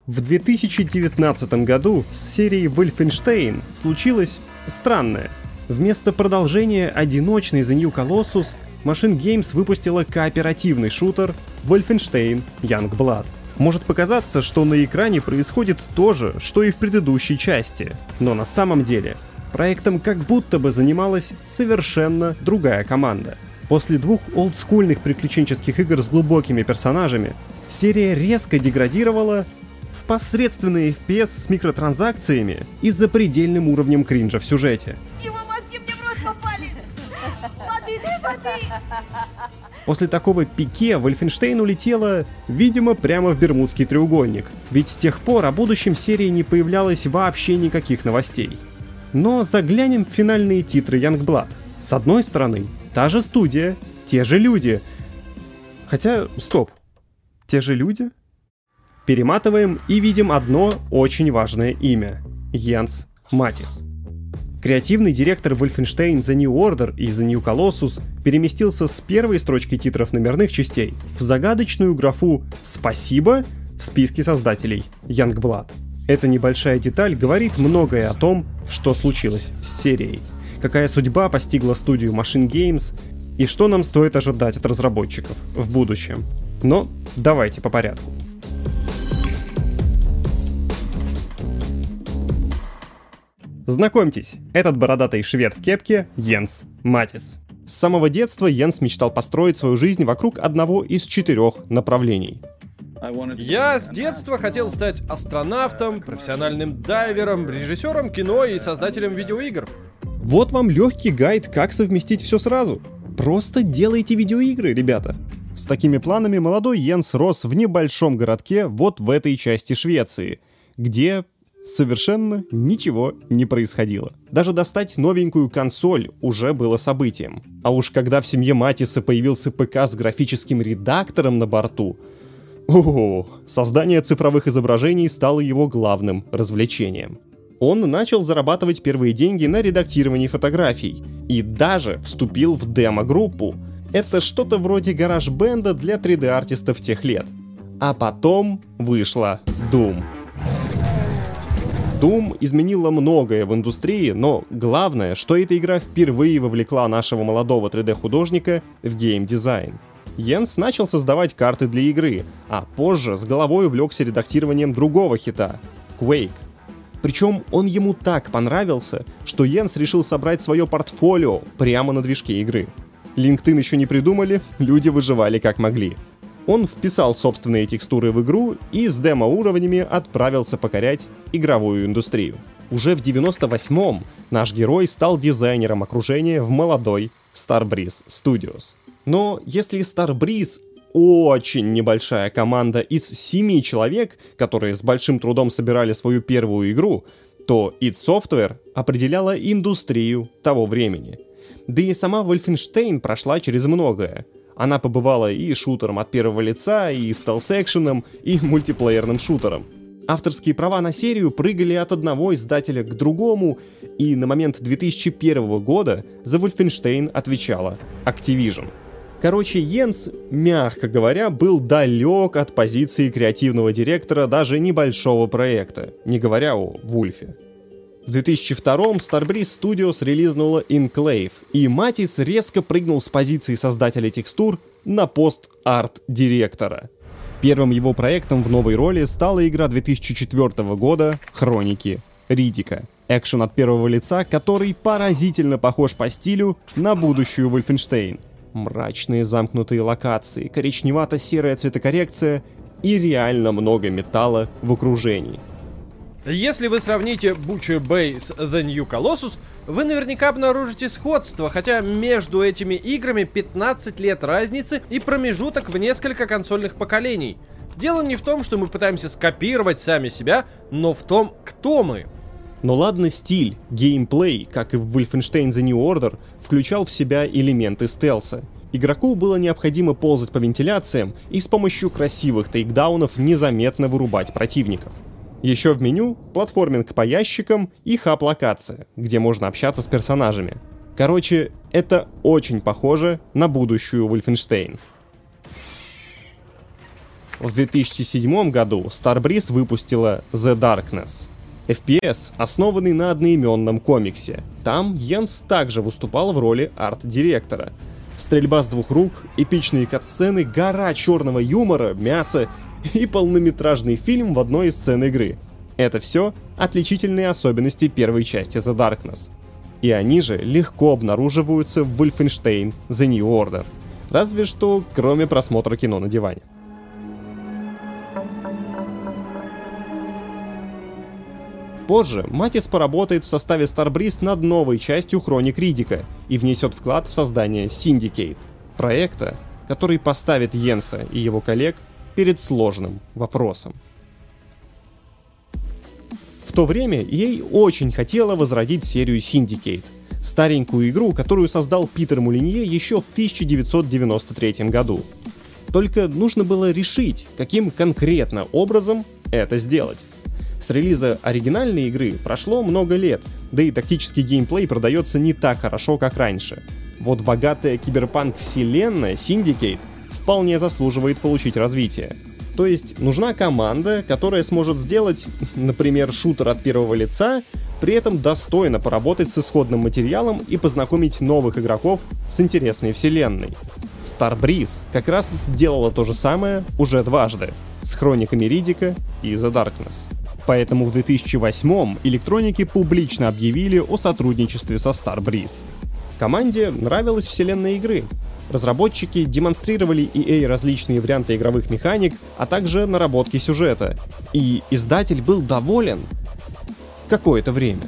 В 2019 году с серией Wolfenstein случилось странное. Вместо продолжения одиночной The New Colossus Machine Games выпустила кооперативный шутер Wolfenstein Youngblood. Может показаться, что на экране происходит то же, что и в предыдущей части, но на самом деле проектом как будто бы занималась совершенно другая команда. После двух олдскульных приключенческих игр с глубокими персонажами, серия резко деградировала в посредственный FPS с микротранзакциями и запредельным уровнем кринжа в сюжете. Его мозги мне в рот попали! Воды, дай воды! После такого пике Wolfenstein улетела, видимо, прямо в Бермудский треугольник, ведь с тех пор о будущем серии не появлялось вообще никаких новостей. Но заглянем в финальные титры Youngblood. С одной стороны, та же студия, те же люди. Хотя, стоп, те же люди? Перематываем и видим одно очень важное имя — Йенс Матис. Креативный директор Wolfenstein The New Order и The New Colossus переместился с первой строчки титров номерных частей в загадочную графу «Спасибо» в списке создателей Youngblood. Эта небольшая деталь говорит многое о том, что случилось с серией, какая судьба постигла студию Machine Games и что нам стоит ожидать от разработчиков в будущем. Но давайте по порядку. Знакомьтесь, этот бородатый швед в кепке — Йенс Матис. С самого детства Йенс мечтал построить свою жизнь вокруг одного из 4 направлений. Я с детства хотел стать астронавтом, профессиональным дайвером, режиссером кино и создателем видеоигр. Вот вам легкий гайд, как совместить все сразу. Просто делайте видеоигры, ребята. С такими планами молодой Йенс рос в небольшом городке вот в этой части Швеции, где совершенно ничего не происходило. Даже достать новенькую консоль уже было событием. А уж когда в семье Матиса появился ПК с графическим редактором на борту, создание цифровых изображений стало его главным развлечением. Он начал зарабатывать первые деньги на редактировании фотографий и даже вступил в демо-группу. Это что-то вроде гараж-бенда для 3D-артистов тех лет. А потом вышла Doom. Doom изменила многое в индустрии, но главное, что эта игра впервые вовлекла нашего молодого 3D-художника в геймдизайн. Йенс начал создавать карты для игры, а позже с головой увлекся редактированием другого хита — Quake. Причем он ему так понравился, что Йенс решил собрать свое портфолио прямо на движке игры. LinkedIn еще не придумали, люди выживали как могли. Он вписал собственные текстуры в игру и с демо-уровнями отправился покорять игровую индустрию. Уже в 98-м наш герой стал дизайнером окружения в молодой Starbreeze Studios. Но если Starbreeze очень небольшая команда из 7 человек, которые с большим трудом собирали свою первую игру, то id Software определяла индустрию того времени. Да и сама Wolfenstein прошла через многое. Она побывала и шутером от первого лица, и стелс-экшеном, и мультиплеерным шутером. Авторские права на серию прыгали от одного издателя к другому, и на момент 2001 года за Wolfenstein отвечала Activision. Короче, Йенс, мягко говоря, был далек от позиции креативного директора даже небольшого проекта, не говоря о Вульфе. В 2002-м Starbreeze Studios релизнула Enclave, и Матис резко прыгнул с позиции создателя текстур на пост арт-директора. Первым его проектом в новой роли стала игра 2004 года «Хроники Риддика». Экшен от первого лица, который поразительно похож по стилю на будущую Wolfenstein. Мрачные замкнутые локации, коричневато-серая цветокоррекция и реально много металла в окружении. Если вы сравните Butcher Bay с The New Colossus, вы наверняка обнаружите сходство, хотя между этими играми 15 лет разницы и промежуток в несколько консольных поколений. Дело не в том, что мы пытаемся скопировать сами себя, но в том, кто мы. Но ладно стиль, геймплей, как и в Wolfenstein The New Order, включал в себя элементы стелса. Игроку было необходимо ползать по вентиляциям и с помощью красивых тейкдаунов незаметно вырубать противников. Еще в меню платформинг по ящикам и хаб-локация, где можно общаться с персонажами. Короче, это очень похоже на будущую Wolfenstein. В 2007 году Starbreeze выпустила The Darkness. FPS, основанный на одноименном комиксе. Там Йенс также выступал в роли арт-директора. Стрельба с двух рук, эпичные катсцены, гора черного юмора, мяса и полнометражный фильм в одной из сцен игры. Это все отличительные особенности первой части The Darkness. И они же легко обнаруживаются в Wolfenstein The New Order. Разве что кроме просмотра кино на диване. Позже Матис поработает в составе Starbreeze над новой частью Хроник Риддика и внесет вклад в создание Syndicate, проекта, который поставит Йенса и его коллег перед сложным вопросом. В то время EA очень хотела возродить серию Syndicate, старенькую игру, которую создал Питер Мулинье еще в 1993 году. Только нужно было решить, каким конкретно образом это сделать. С релиза оригинальной игры прошло много лет, да и тактический геймплей продается не так хорошо, как раньше. Вот богатая киберпанк-вселенная Syndicate вполне заслуживает получить развитие. То есть нужна команда, которая сможет сделать, например, шутер от первого лица, при этом достойно поработать с исходным материалом и познакомить новых игроков с интересной вселенной. Starbreeze как раз сделала то же самое уже дважды, с Хрониками Риддика и The Darkness. Поэтому в 2008-м электроники публично объявили о сотрудничестве со Starbreeze. Команде нравилась вселенная игры. Разработчики демонстрировали EA различные варианты игровых механик, а также наработки сюжета. И издатель был доволен какое-то время.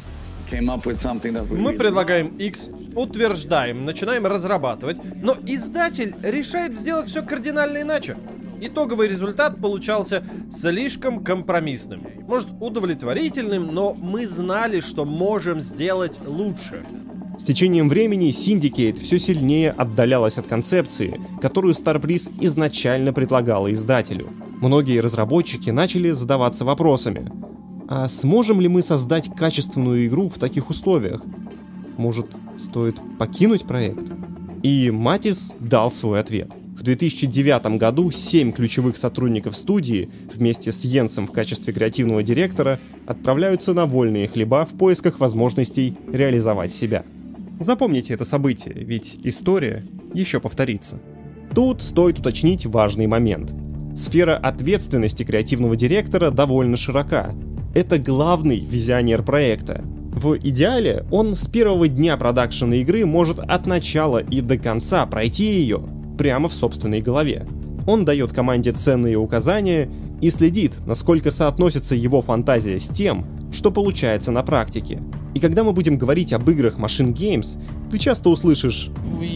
Мы предлагаем X, утверждаем, начинаем разрабатывать, но издатель решает сделать все кардинально иначе. Итоговый результат получался слишком компромиссным. Может, удовлетворительным, но мы знали, что можем сделать лучше. С течением времени Syndicate все сильнее отдалялась от концепции, которую Starbreeze изначально предлагала издателю. Многие разработчики начали задаваться вопросами. А сможем ли мы создать качественную игру в таких условиях? Может, стоит покинуть проект? И Матис дал свой ответ. В 2009 году 7 ключевых сотрудников студии вместе с Йенсом в качестве креативного директора отправляются на вольные хлеба в поисках возможностей реализовать себя. Запомните это событие, ведь история еще повторится. Тут стоит уточнить важный момент. Сфера ответственности креативного директора довольно широка. Это главный визионер проекта. В идеале он с первого дня продакшена игры может от начала и до конца пройти ее прямо в собственной голове. Он дает команде ценные указания и следит, насколько соотносится его фантазия с тем, что получается на практике. И когда мы будем говорить об играх Machine Games, ты часто услышишь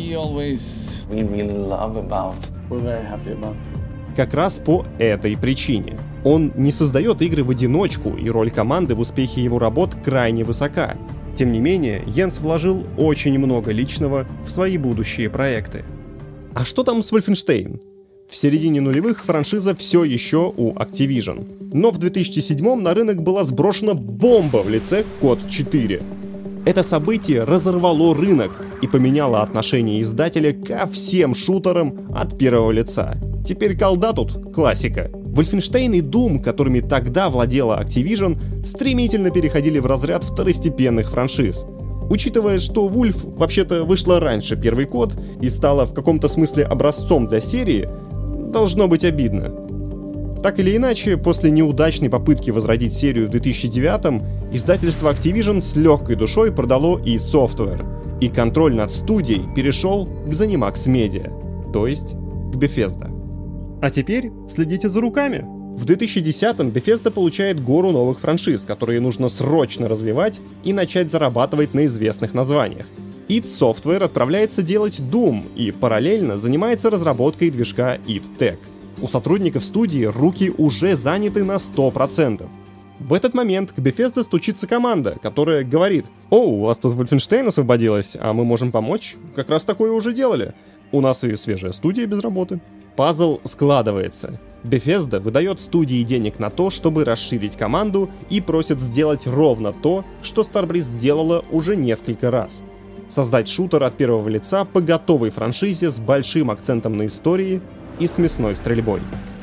как раз по этой причине. Он не создает игры в одиночку, и роль команды в успехе его работ крайне высока. Тем не менее, Йенс вложил очень много личного в свои будущие проекты. А что там с Wolfenstein? В середине нулевых франшиза все еще у Activision. Но в 2007-м на рынок была сброшена бомба в лице Код 4. Это событие разорвало рынок и поменяло отношение издателя ко всем шутерам от первого лица. Теперь колда тут классика. Wolfenstein и Doom, которыми тогда владела Activision, стремительно переходили в разряд второстепенных франшиз. Учитывая, что Wolf вообще-то вышла раньше первый Код и стала в каком-то смысле образцом для серии, должно быть обидно. Так или иначе, после неудачной попытки возродить серию в 2009-м, издательство Activision с легкой душой продало id Software, и контроль над студией перешел к ZeniMax Media, то есть к Bethesda. А теперь следите за руками. В 2010-м Bethesda получает гору новых франшиз, которые нужно срочно развивать и начать зарабатывать на известных названиях. id Software отправляется делать Doom и параллельно занимается разработкой движка id Tech. У сотрудников студии руки уже заняты на 100%. В этот момент к Bethesda стучится команда, которая говорит: «О, у вас тут Wolfenstein освободилась, а мы можем помочь? Как раз такое уже делали. У нас и свежая студия без работы». Пазл складывается. Bethesda выдает студии денег на то, чтобы расширить команду, и просит сделать ровно то, что Starbreeze делала уже несколько раз. Создать шутер от первого лица по готовой франшизе с большим акцентом на истории и с мясной стрельбой.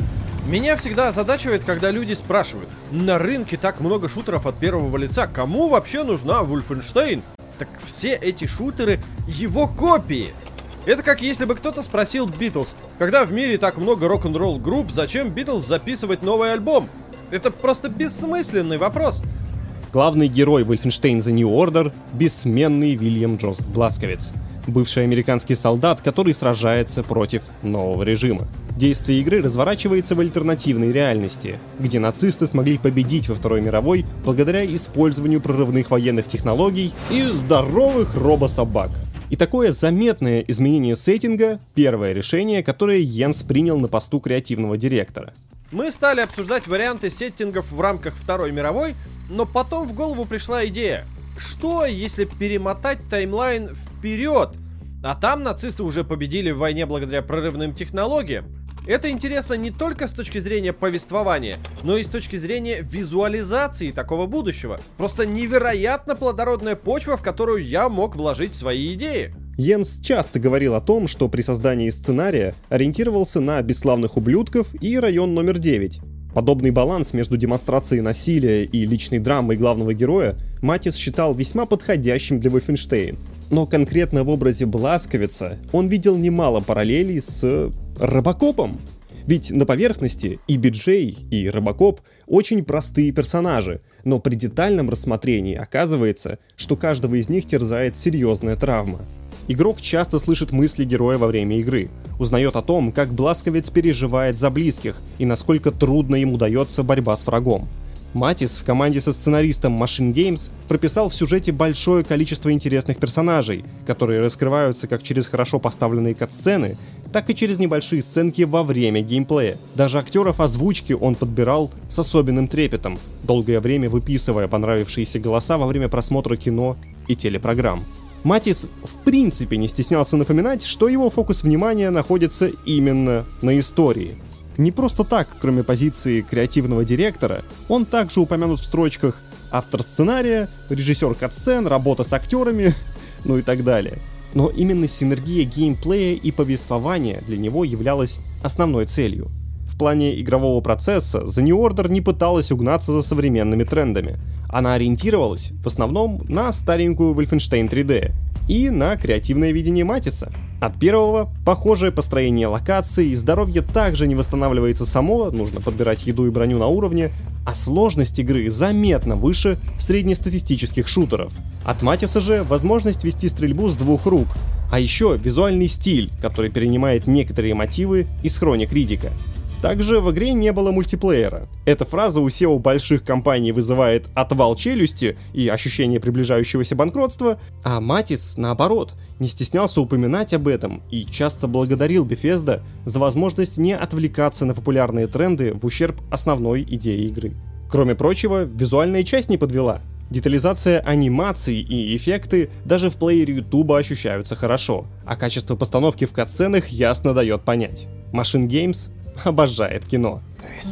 Меня всегда озадачивает, когда люди спрашивают: на рынке так много шутеров от первого лица, кому вообще нужна Wolfenstein? Так все эти шутеры — его копии. Это как если бы кто-то спросил Beatles: когда в мире так много рок-н-ролл групп, зачем Beatles записывать новый альбом? Это просто бессмысленный вопрос. Главный герой Wolfenstein The New Order — бессменный Вильям Джозеф Бласковиц, бывший американский солдат, который сражается против нового режима. Действие игры разворачивается в альтернативной реальности, где нацисты смогли победить во Второй мировой благодаря использованию прорывных военных технологий и здоровых робособак. И такое заметное изменение сеттинга — первое решение, которое Йенс принял на посту креативного директора. Мы стали обсуждать варианты сеттингов в рамках Второй мировой, но потом в голову пришла идея: что если перемотать таймлайн вперед, а там нацисты уже победили в войне благодаря прорывным технологиям? Это интересно не только с точки зрения повествования, но и с точки зрения визуализации такого будущего. Просто невероятно плодородная почва, в которую я мог вложить свои идеи. Йенс часто говорил о том, что при создании сценария ориентировался на «Бесславных ублюдков» и «Район номер 9». Подобный баланс между демонстрацией насилия и личной драмой главного героя Матис считал весьма подходящим для Wolfenstein. Но конкретно в образе Бласковица он видел немало параллелей с Робокопом. Ведь на поверхности и Биджей, и Робокоп очень простые персонажи, но при детальном рассмотрении оказывается, что каждого из них терзает серьезная травма. Игрок часто слышит мысли героя во время игры, узнает о том, как Бласковиц переживает за близких и насколько трудно им удается борьба с врагом. Матис в команде со сценаристом Machine Games прописал в сюжете большое количество интересных персонажей, которые раскрываются как через хорошо поставленные катсцены, так и через небольшие сценки во время геймплея. Даже актеров озвучки он подбирал с особенным трепетом, долгое время выписывая понравившиеся голоса во время просмотра кино и телепрограмм. Матис в принципе не стеснялся напоминать, что его фокус внимания находится именно на истории. Не просто так, кроме позиции креативного директора, он также упомянут в строчках автор сценария, режиссер катсцен, работа с актерами, ну и так далее. Но именно синергия геймплея и повествования для него являлась основной целью. В плане игрового процесса The New Order не пыталась угнаться за современными трендами. Она ориентировалась в основном на старенькую Wolfenstein 3D и на креативное видение Матиса. От первого похожее построение локаций, и здоровье также не восстанавливается само, нужно подбирать еду и броню на уровне, а сложность игры заметно выше среднестатистических шутеров. От Матиса же возможность вести стрельбу с двух рук, а еще визуальный стиль, который перенимает некоторые мотивы из Хроник Риддика. Также в игре не было мультиплеера. Эта фраза у SEO больших компаний вызывает отвал челюсти и ощущение приближающегося банкротства, а Матис, наоборот, не стеснялся упоминать об этом и часто благодарил Bethesda за возможность не отвлекаться на популярные тренды в ущерб основной идее игры. Кроме прочего, визуальная часть не подвела. Детализация анимаций и эффекты даже в плеере YouTube ощущаются хорошо, а качество постановки в катсценах ясно дает понять. Machine Games обожает кино.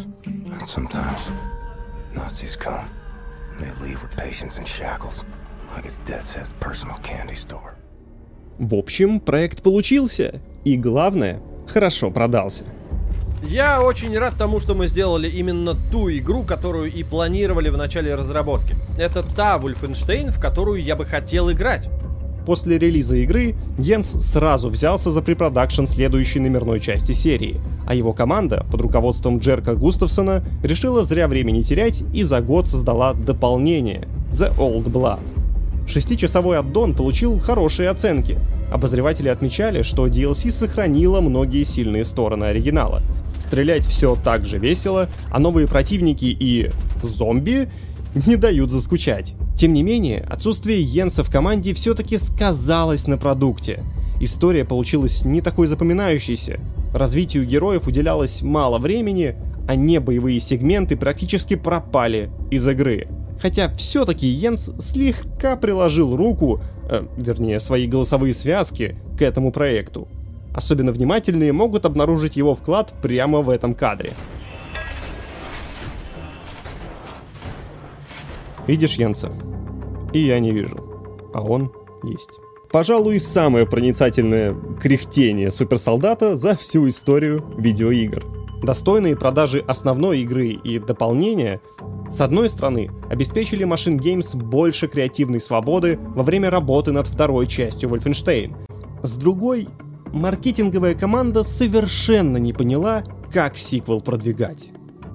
В общем, проект получился, и главное, хорошо продался. Я очень рад тому, что мы сделали именно ту игру, которую и планировали в начале разработки. Это та Wolfenstein, в которую я бы хотел играть. После релиза игры Йенс сразу взялся за препродакшн следующей номерной части серии, а его команда под руководством Джерка Густавсона решила зря времени терять и за год создала дополнение The Old Blood. 6-часовой аддон получил хорошие оценки. Обозреватели отмечали, что DLC сохранило многие сильные стороны оригинала. Стрелять все так же весело, а новые противники и зомби не дают заскучать. Тем не менее, отсутствие Йенса в команде все-таки сказалось на продукте. История получилась не такой запоминающейся, развитию героев уделялось мало времени, а небоевые сегменты практически пропали из игры. Хотя все-таки Йенс слегка приложил руку, вернее свои голосовые связки, к этому проекту. Особенно внимательные могут обнаружить его вклад прямо в этом кадре. Видишь Йенса? И я не вижу. А он есть. Пожалуй, самое проницательное кряхтение суперсолдата за всю историю видеоигр. Достойные продажи основной игры и дополнения, с одной стороны, обеспечили Machine Games больше креативной свободы во время работы над второй частью Wolfenstein. С другой, маркетинговая команда совершенно не поняла, как сиквел продвигать.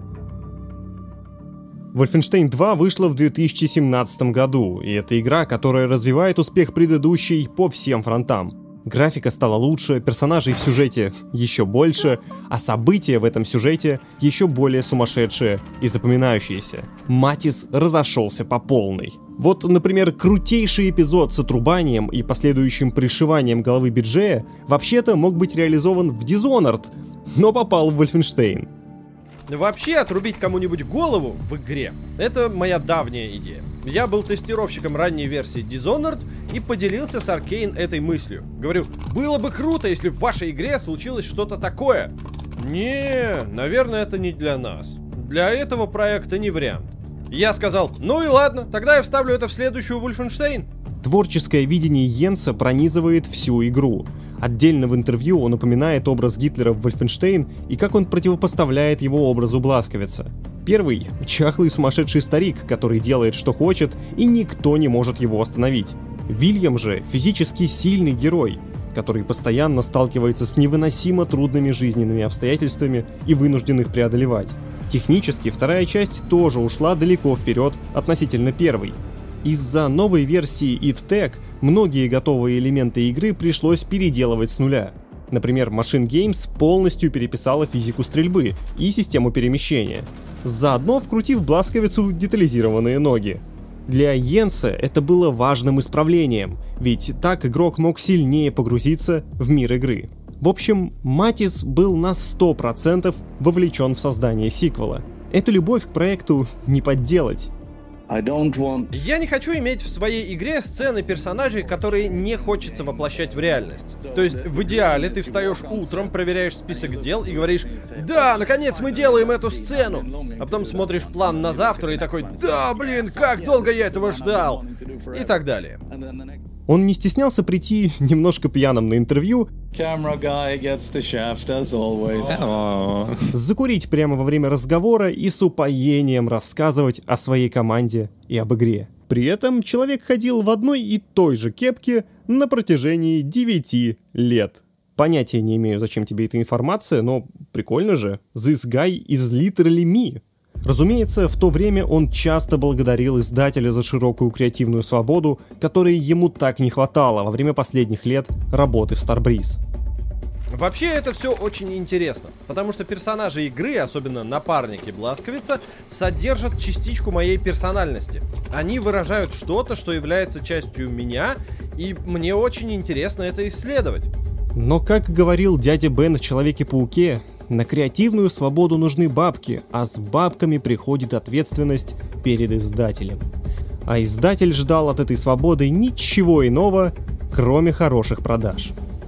Wolfenstein 2 вышла в 2017 году, и это игра, которая развивает успех предыдущей по всем фронтам. Графика стала лучше, персонажей в сюжете еще больше, а события в этом сюжете еще более сумасшедшие и запоминающиеся. Матис разошелся по полной. Вот, например, крутейший эпизод с отрубанием и последующим пришиванием головы Биджея вообще-то мог быть реализован в Dishonored, но попал в Wolfenstein. Вообще, отрубить кому-нибудь голову в игре — это моя давняя идея. Я был тестировщиком ранней версии Dishonored и поделился с Arkane этой мыслью. Говорю, было бы круто, если в вашей игре случилось что-то такое. Не, наверное, это не для нас. Для этого проекта не вариант. Я сказал, ну и ладно, тогда я вставлю это в следующую Wolfenstein. Творческое видение Йенса пронизывает всю игру. Отдельно в интервью он упоминает образ Гитлера в Wolfenstein и как он противопоставляет его образу Бласковица. Первый — чахлый сумасшедший старик, который делает, что хочет, и никто не может его остановить. Вильям же — физически сильный герой, который постоянно сталкивается с невыносимо трудными жизненными обстоятельствами и вынужден их преодолевать. Технически вторая часть тоже ушла далеко вперед относительно первой. Из-за новой версии It Tech многие готовые элементы игры пришлось переделывать с нуля. Например, Machine Games полностью переписала физику стрельбы и систему перемещения, заодно вкрутив Бласковицу детализированные ноги. Для Йенса это было важным исправлением, ведь так игрок мог сильнее погрузиться в мир игры. В общем, Матис был на 100% вовлечен в создание сиквела. Эту любовь к проекту не подделать. Я не хочу иметь в своей игре сцены персонажей, которые не хочется воплощать в реальность. То есть в идеале ты встаешь утром, проверяешь список дел и говоришь: да, наконец мы делаем эту сцену. А потом смотришь план на завтра и такой: да, блин, как долго я этого ждал. И так далее. Он не стеснялся прийти немножко пьяным на интервью, закурить прямо во время разговора и с упоением рассказывать о своей команде и об игре. При этом человек ходил в одной и той же кепке на протяжении 9 лет. Понятия не имею, зачем тебе эта информация, но прикольно же. This guy is literally me. Разумеется, в то время он часто благодарил издателя за широкую креативную свободу, которой ему так не хватало во время последних лет работы в Starbreeze. Вообще это все очень интересно, потому что персонажи игры, особенно напарники Бласковица, содержат частичку моей персональности. Они выражают что-то, что является частью меня, и мне очень интересно это исследовать. Но, как говорил дядя Бен в Человеке-пауке, на креативную свободу нужны бабки, а с бабками приходит ответственность перед издателем. А издатель ждал от этой свободы ничего иного, кроме хороших продаж.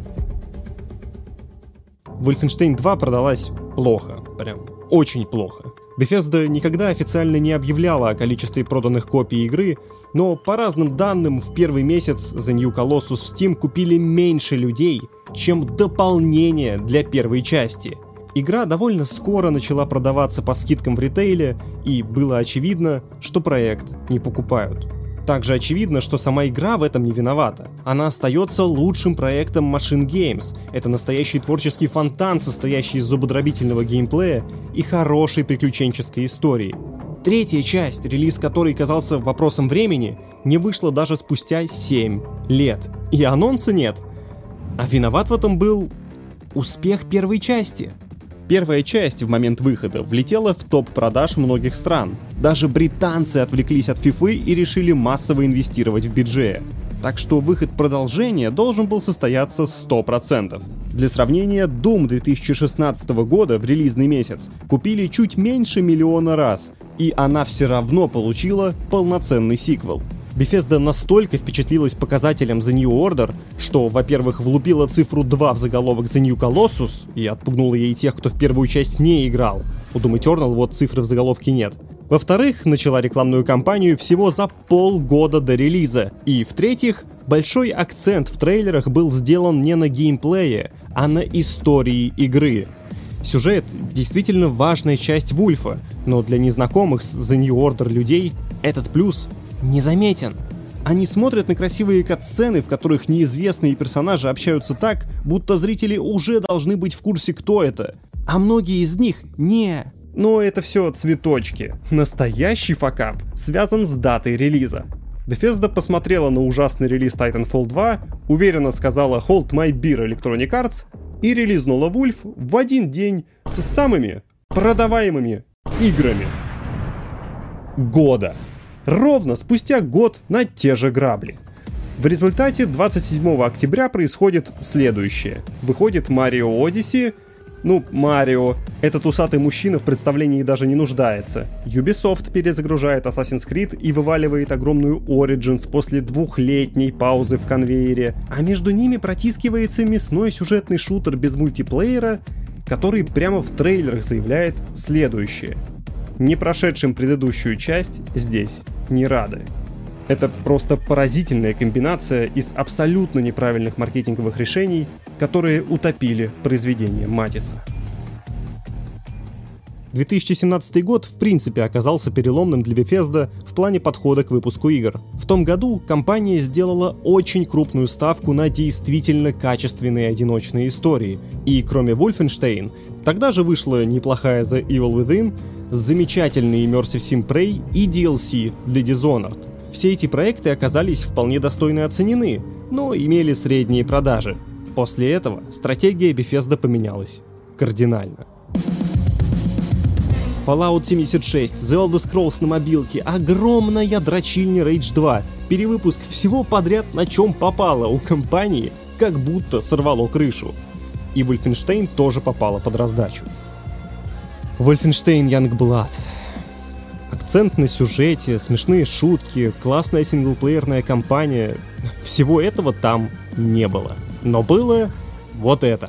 Wolfenstein 2 продалась плохо, прям очень плохо. Bethesda никогда официально не объявляла о количестве проданных копий игры, но по разным данным в первый месяц The New Colossus в Steam купили меньше людей, чем дополнение для первой части. Игра довольно скоро начала продаваться по скидкам в ритейле, и было очевидно, что проект не покупают. Также очевидно, что сама игра в этом не виновата. Она остается лучшим проектом Machine Games. Это настоящий творческий фонтан, состоящий из зубодробительного геймплея и хорошей приключенческой истории. Третья часть, релиз которой казался вопросом времени, не вышла даже спустя 7 лет. И анонса нет. А виноват в этом был успех первой части. Первая часть в момент выхода влетела в топ продаж многих стран. Даже британцы отвлеклись от FIFA и решили массово инвестировать в бюджет. Так что выход продолжения должен был состояться 100%. Для сравнения, Doom 2016 года в релизный месяц купили чуть меньше 1 миллиона раз, и она все равно получила полноценный сиквел. Bethesda настолько впечатлилась показателем The New Order, что, во-первых, влупила цифру 2 в заголовок The New Colossus и отпугнула ей тех, кто в первую часть не играл. У Doom Eternal вот цифры в заголовке нет. Во-вторых, начала рекламную кампанию всего за полгода до релиза. И, в-третьих, большой акцент в трейлерах был сделан не на геймплее, а на истории игры. Сюжет действительно важная часть Вульфа, но для незнакомых с The New Order людей этот плюс незаметен. Они смотрят на красивые катсцены, в которых неизвестные персонажи общаются так, будто зрители уже должны быть в курсе, кто это, а многие из них не. Но это все цветочки. Настоящий факап связан с датой релиза. Bethesda посмотрела на ужасный релиз Titanfall 2, уверенно сказала «Hold my beer Electronic Arts» и релизнула Вульф в один день с самыми продаваемыми играми года. Ровно спустя год на те же грабли. В результате 27 октября происходит следующее. Выходит Mario Odyssey. Марио. Этот усатый мужчина в представлении даже не нуждается. Ubisoft перезагружает Assassin's Creed и вываливает огромную Origins после 2-летней паузы в конвейере. А между ними протискивается мясной сюжетный шутер без мультиплеера, который прямо в трейлерах заявляет следующее. Не прошедшим предыдущую часть здесь не рады. Это просто поразительная комбинация из абсолютно неправильных маркетинговых решений, которые утопили произведение Матиса. 2017 год в принципе оказался переломным для Bethesda в плане подхода к выпуску игр. В том году компания сделала очень крупную ставку на действительно качественные одиночные истории. И кроме Wolfenstein, тогда же вышла неплохая The Evil Within, замечательный Immersive Sim Prey и DLC для Dishonored. Все эти проекты оказались вполне достойно оценены, но имели средние продажи. После этого стратегия Bethesda поменялась кардинально. Fallout 76, The Elder Scrolls на мобилке, огромная дрочильня Rage 2, перевыпуск всего подряд на чем попало у компании, как будто сорвало крышу. И Wolfenstein тоже попала под раздачу. Wolfenstein Youngblood. Акцент на сюжете, смешные шутки, классная синглплеерная кампания. Всего этого там не было. Но было вот это.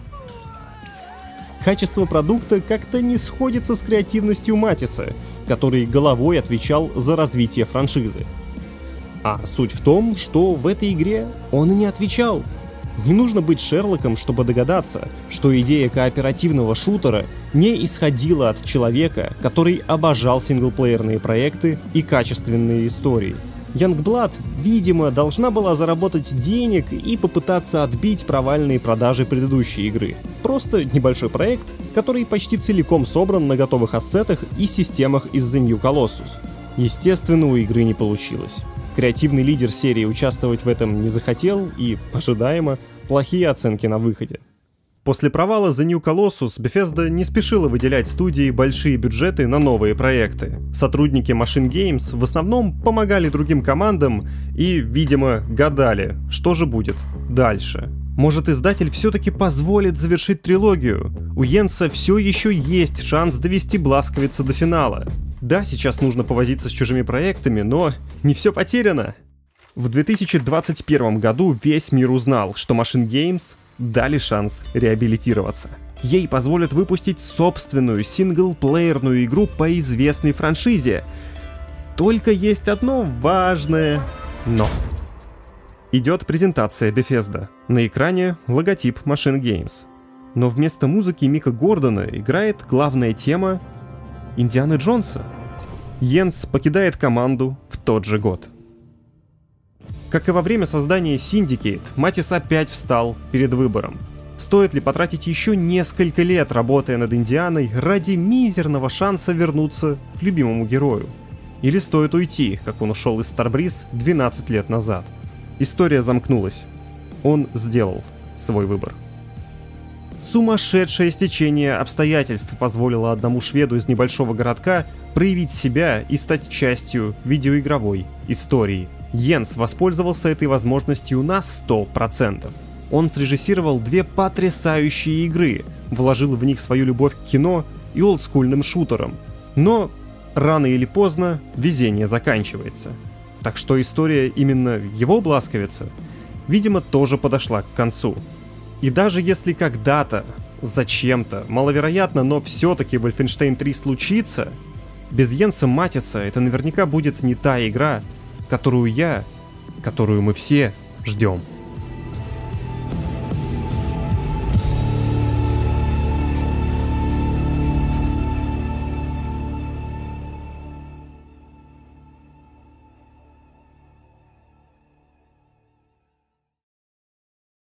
Качество продукта как-то не сходится с креативностью Матиса, который головой отвечал за развитие франшизы. А суть в том, что в этой игре он и не отвечал. Не нужно быть Шерлоком, чтобы догадаться, что идея кооперативного шутера не исходила от человека, который обожал синглплеерные проекты и качественные истории. Youngblood, видимо, должна была заработать денег и попытаться отбить провальные продажи предыдущей игры. Просто небольшой проект, который почти целиком собран на готовых ассетах и системах из The New Colossus. Естественно, у игры не получилось. Креативный лидер серии участвовать в этом не захотел и, ожидаемо, плохие оценки на выходе. После провала The New Colossus Bethesda не спешила выделять студии большие бюджеты на новые проекты. Сотрудники Machine Games в основном помогали другим командам и, видимо, гадали, что же будет дальше. Может, издатель все-таки позволит завершить трилогию? У Йенса все еще есть шанс довести Бласковица до финала. Да, сейчас нужно повозиться с чужими проектами, но не все потеряно. В 2021 году весь мир узнал, что Machine Games дали шанс реабилитироваться. Ей позволят выпустить собственную синглплеерную игру по известной франшизе. Только есть одно важное «но». Идет презентация Bethesda. На экране логотип Machine Games. Но вместо музыки Мика Гордона играет главная тема Индианы Джонса. Йенс покидает команду в тот же год. Как и во время создания Syndicate, Матис опять встал перед выбором. Стоит ли потратить еще несколько лет, работая над Индианой, ради мизерного шанса вернуться к любимому герою? Или стоит уйти, как он ушел из Starbreeze 12 лет назад? История замкнулась. Он сделал свой выбор. Сумасшедшее стечение обстоятельств позволило одному шведу из небольшого городка проявить себя и стать частью видеоигровой истории. Йенс воспользовался этой возможностью на 100%. Он срежиссировал 2 потрясающие игры, вложил в них свою любовь к кино и олдскульным шутерам. Но рано или поздно везение заканчивается. Так что история именно его Бласковица, видимо, тоже подошла к концу. И даже если когда-то, зачем-то, маловероятно, но все-таки Wolfenstein 3 случится, без Йенса Матиса это наверняка будет не та игра, которую мы все ждем.